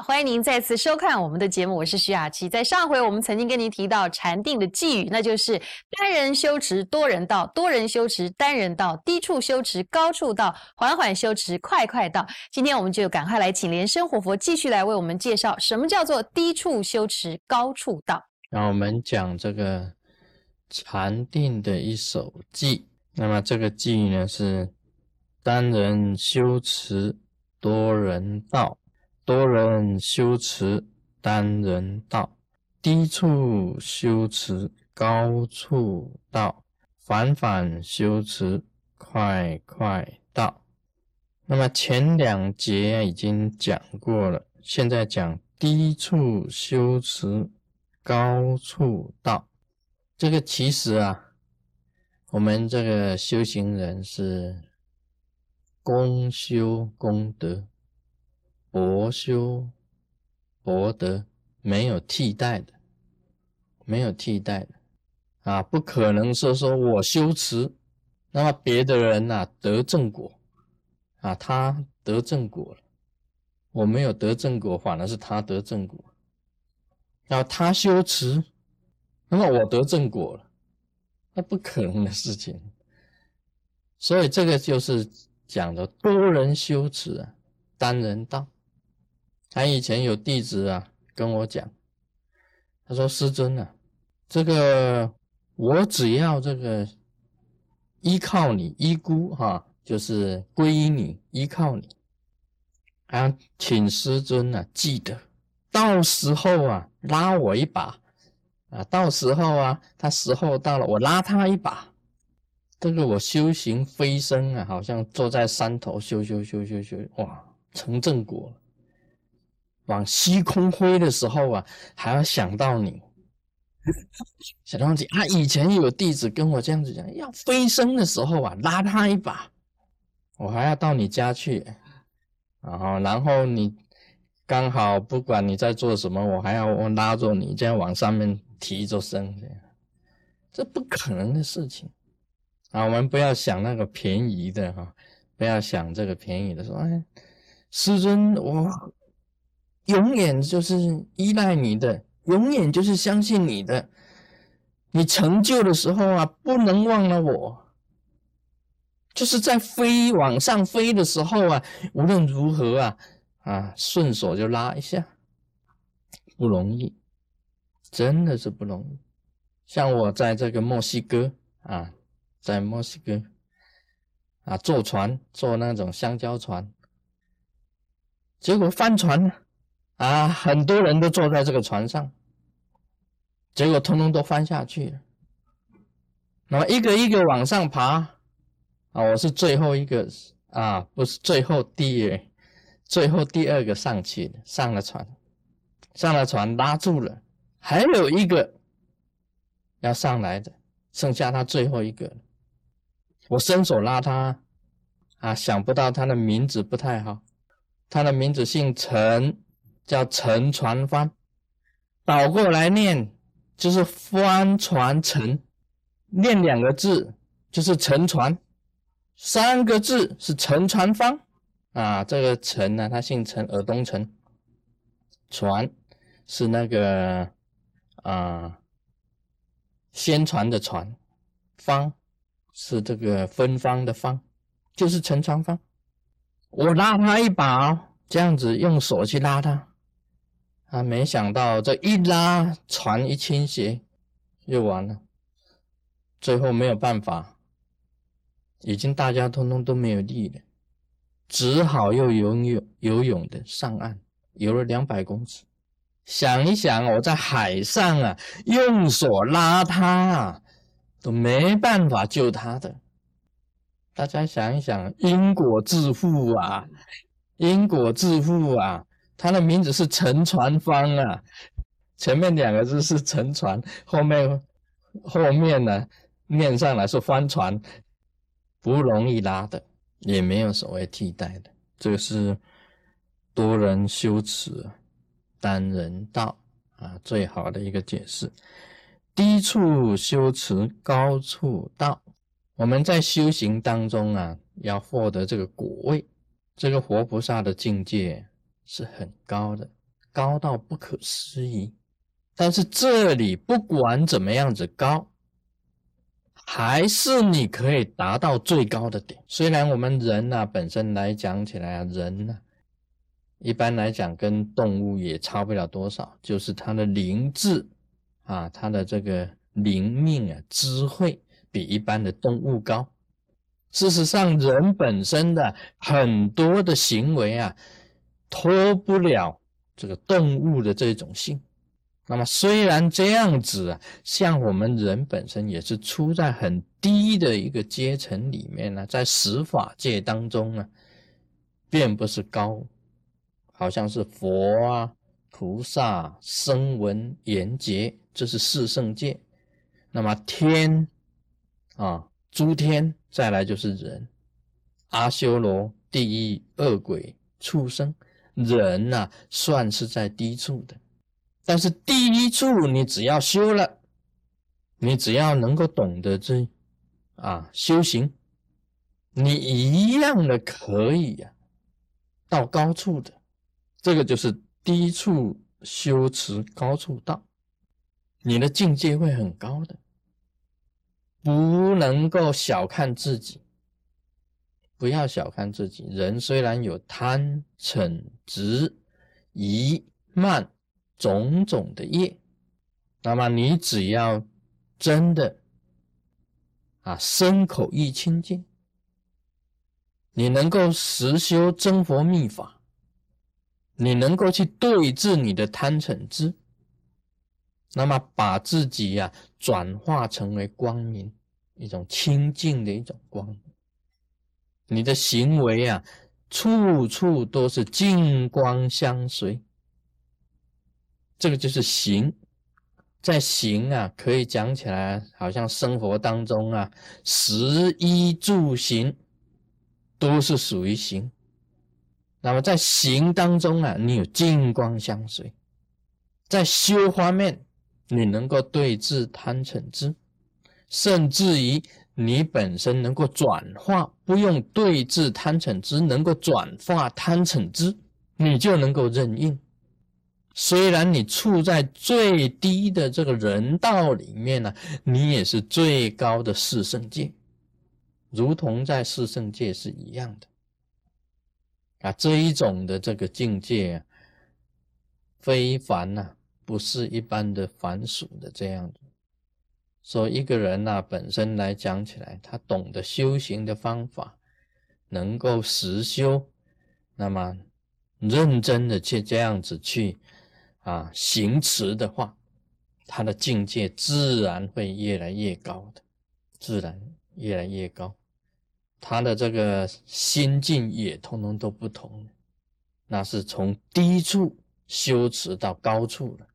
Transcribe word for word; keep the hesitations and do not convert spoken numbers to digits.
欢迎您再次收看我们的节目，我是徐雅琪。在上回我们曾经跟您提到禅定的寄语，那就是单人修持多人道，多人修持单人道，低处修持高处道，缓缓修持快快道。今天我们就赶快来请莲生活佛继续来为我们介绍什么叫做低处修持高处道。 让我们讲这个禅定的一首偈，那么这个偈呢是单人修持多人道，多人修持单人道，低处修持高处道，缓缓修持快快道。那么前两节已经讲过了，现在讲低处修持高处道。这个其实啊，我们这个修行人是公修功德，博修博德，没有替代的，没有替代的啊，不可能是说我修持，那么别的人啊得正果啊，他得正果了，我没有得正果，反而是他得正果。然后他修持，那么我得正果了，那不可能的事情。所以这个就是讲的多人修持啊，单人道。他以前有弟子啊跟我讲，他说师尊啊，这个我只要这个依靠你，依孤哈，就是皈依你，依靠你啊，请师尊啊记得到时候啊拉我一把啊，到时候啊他时候到了我拉他一把。这个我修行飞升啊，好像坐在山头修修修修修，哇，成正果了。往西空飞的时候啊，还要想到你。想到你啊，以前有弟子跟我这样子讲，要飞升的时候啊，拉他一把，我还要到你家去，然后然后你刚好不管你在做什么，我还要拉着你这样往上面提着升，这样，这不可能的事情。啊，我们不要想那个便宜的哈，不要想这个便宜的，说哎，师尊，我永远就是依赖你的，永远就是相信你的。你成就的时候啊，不能忘了我。就是在飞往上飞的时候啊，无论如何啊，啊，顺手就拉一下，不容易，真的是不容易。像我在这个墨西哥啊。在墨西哥啊，坐船，坐那种香蕉船，结果翻船了啊，很多人都坐在这个船上，结果通通都翻下去了。那么一个一个往上爬啊，我是最后一个啊，不是最后第二，最后第二个上去的，上了船，上了船拉住了，还有一个要上来的，剩下他最后一个了。我伸手拉他啊，想不到他的名字不太好，他的名字姓陈，叫陈船帆，倒过来念就是帆船陈，念两个字就是沉船，三个字是陈船帆啊。这个陈呢，他姓陈，尔东陈，船是那个啊宣传的传，方是这个芬芳的芳，就是陈船芳。我拉他一把哦，这样子用手去拉他啊，没想到这一拉船一倾斜就完了，最后没有办法，已经大家通通都没有力了，只好又游泳游泳的上岸，游了两百公尺。想一想，我在海上啊，用手拉他啊，都没办法救他的。大家想一想，因果自负啊，因果自负啊，他的名字是陈船芳啊，前面两个字是沉船，后面后面呢念上来是帆船，不容易拉的，也没有所谓替代的。这个是多人修持单人道啊，最好的一个解释。低处修持高处道，我们在修行当中啊，要获得这个果位，这个活菩萨的境界是很高的。 高到不可思议。但是这里不管怎么样子高，还是你可以达到最高的点。虽然我们人啊本身来讲起来啊，人啊一般来讲跟动物也差不了多少，就是他的灵智啊，他的这个灵命啊，智慧比一般的动物高。事实上，人本身的很多的行为啊，脱不了这个动物的这种性。那么虽然这样子啊，像我们人本身也是处在很低的一个阶层里面呢、啊，在十法界当中啊，并不是高，好像是佛啊、菩萨、声闻、缘觉，这是四圣界。那么天啊，诸天，再来就是人，阿修罗、地狱、恶鬼、畜生，人啊算是在低处的。但是第一处你只要修了，你只要能够懂得这啊修行，你一样的可以啊到高处的。这个就是低处修持高处道，你的境界会很高的。不能够小看自己，不要小看自己。人虽然有贪嗔执疑慢种种的业，那么你只要真的啊身口意清净，你能够实修真佛密法，你能够去对治你的贪嗔痴，那么把自己呀、啊、转化成为光明，一种清净的一种光明，你的行为啊处处都是净光相随。这个就是行。在行啊，可以讲起来好像生活当中啊，食衣住行都是属于行。那么在行当中啊，你有净光相随。在修方面，你能够对治贪嗔痴，甚至于你本身能够转化，不用对治贪嗔痴，能够转化贪嗔痴，你就能够任运。虽然你处在最低的这个人道里面呢、啊，你也是最高的四圣界，如同在四圣界是一样的啊。这一种的这个境界啊，非凡啊，不是一般的凡俗的这样的。所以一个人啊，本身来讲起来，他懂得修行的方法，能够实修，那么认真的去这样子去啊行持的话，他的境界自然会越来越高的，自然越来越高，他的这个心境也通通都不同，那是从低处修持到高处了。